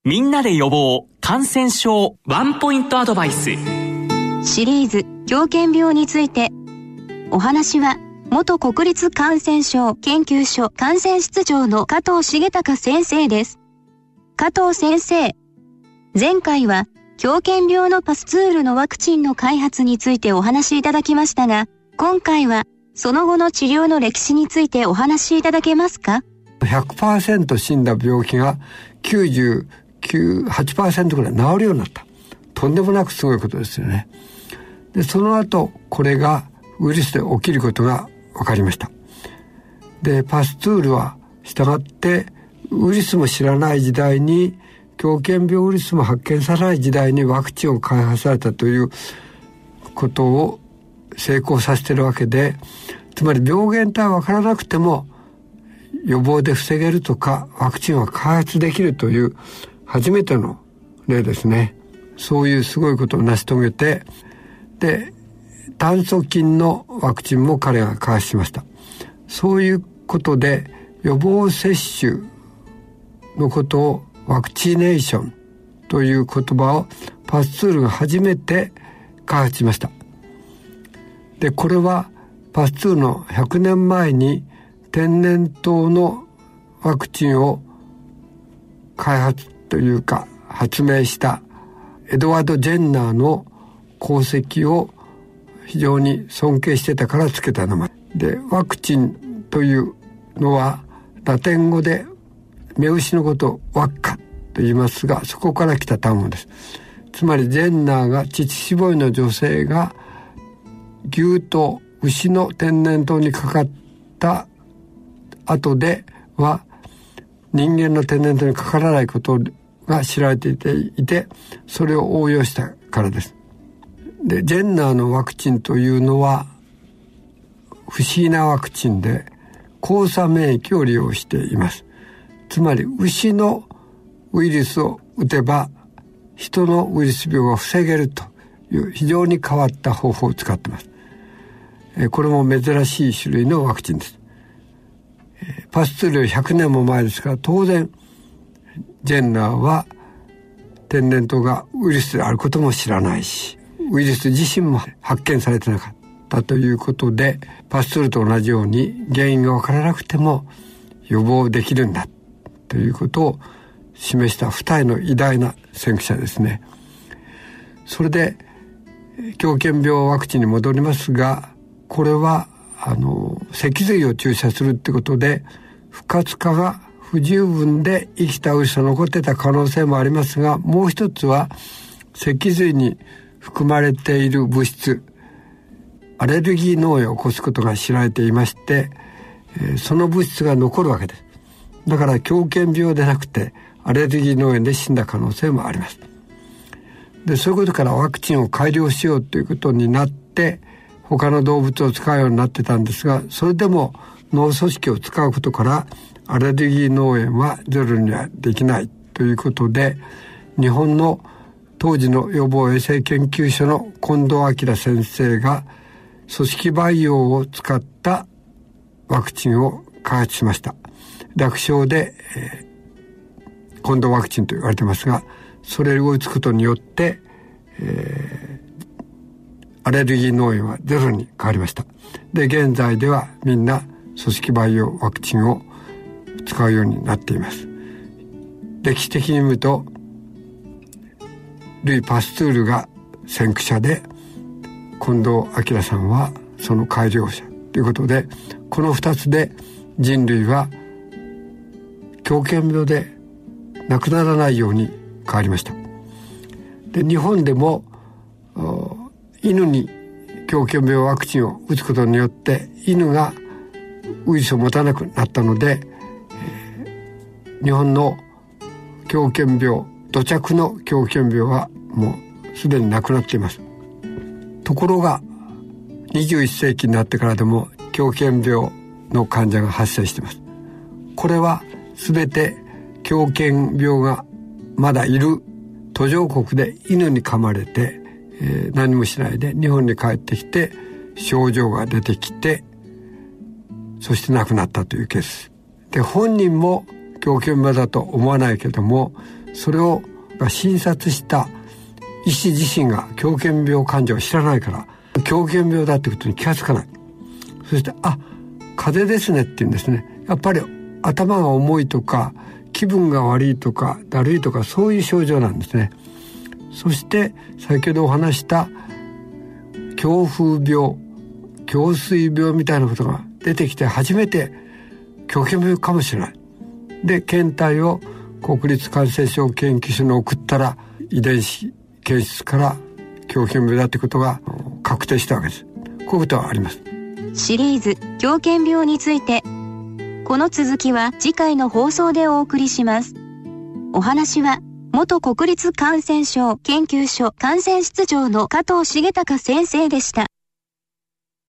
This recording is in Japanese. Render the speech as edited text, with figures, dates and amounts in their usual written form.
みんなで予防感染症ワンポイントアドバイスシリーズ狂犬病について。お話は元国立感染症研究所感染室長の加藤重隆先生です。加藤先生、前回は狂犬病のパスツールのワクチンの開発についてお話しいただきましたが、今回はその後の治療の歴史についてお話しいただけますか？ 100% 死んだ病気が8% ぐらい治るようになった。とんでもなくすごいことですよね。で、その後これがウイルスで起きることが分かりました。で、パスツールは従ってウイルスも知らない時代に、狂犬病ウイルスも発見されない時代にワクチンを開発されたということを成功させているわけで、つまり病原体は分からなくても予防で防げるとか、ワクチンは開発できるという初めての例ですね。そういうすごいことを成し遂げて、で、炭疽菌のワクチンも彼が開発しました。そういうことで予防接種のことをワクチネーションという言葉をパスツールが初めて開発しました。で、これはパスツールの100年前に天然痘のワクチンを開発というか発明したエドワード・ジェンナーの功績を非常に尊敬してたからつけた名前で、ワクチンというのはラテン語で目牛のことをワッカと言いますが、そこから来た単語です。つまりジェンナーが乳搾りの女性が牛と牛の天然痘にかかった後では人間の天然痘にかからないことが知られていて、それを応用したからです。で、ジェンナーのワクチンというのは不思議なワクチンで交差免疫を利用しています。つまり牛のウイルスを打てば人のウイルス病が防げるという非常に変わった方法を使っています。これも珍しい種類のワクチンです。パスツールより100年も前ですから、当然ジェンナーは天然痘がウイルスであることも知らないし、ウイルス自身も発見されてなかったということで、パスツールと同じように原因が分からなくても予防できるんだということを示した二重の偉大な先駆者ですね。それで狂犬病ワクチンに戻りますが、これは脊髄を注射するってことで不活化が不十分で生きたウイルスが残ってた可能性もありますが、もう一つは脊髄に含まれている物質アレルギー脳炎を起こすことが知られていまして、その物質が残るわけです。だから狂犬病でなくてアレルギー脳炎で死んだ可能性もあります。で、そういうことからワクチンを改良しようということになって他の動物を使うようになってたんですが、それでも脳組織を使うことからアレルギー脳炎はゼロにはできないということで、日本の当時の予防衛生研究所の近藤明先生が組織培養を使ったワクチンを開発しました。略称で、近藤ワクチンと言われてますが、それを打つことによって、アレルギー脳炎はゼロに変わりました。で、現在ではみんな組織培養ワクチンを使うようになっています。歴史的に見るとルイ・パスツールが先駆者で、近藤明さんはその改良者ということで、この2つで人類は狂犬病で亡くならないように変わりました。で、日本でも犬に狂犬病ワクチンを打つことによって犬がウイルスを持たなくなったので、日本の狂犬病、土着の狂犬病はもうすでになくなっています。ところが21世紀になってからでも狂犬病の患者が発生しています。これは全て狂犬病がまだいる途上国で犬に噛まれて、何もしないで日本に帰ってきて症状が出てきて、そして亡くなったというケースで、本人も狂犬病だと思わないけども、 それを診察した医師自身が狂犬病患者を知らないから狂犬病だってことに気がつかない。そして風邪ですねって言うんですね。やっぱり頭が重いとか気分が悪いとかだるいとかそういう症状なんですね。そして先ほどお話した狂風病、狂水病みたいなことが出てきて初めて狂犬病かもしれない。で検体を国立感染症研究所に送ったら遺伝子検出から狂犬病だってことが確定したわけです。こういうことはあります。 シリーズ狂犬病について、この続きは次回の放送でお送りします。お話は元国立感染症研究所感染室長の加藤重隆先生でした。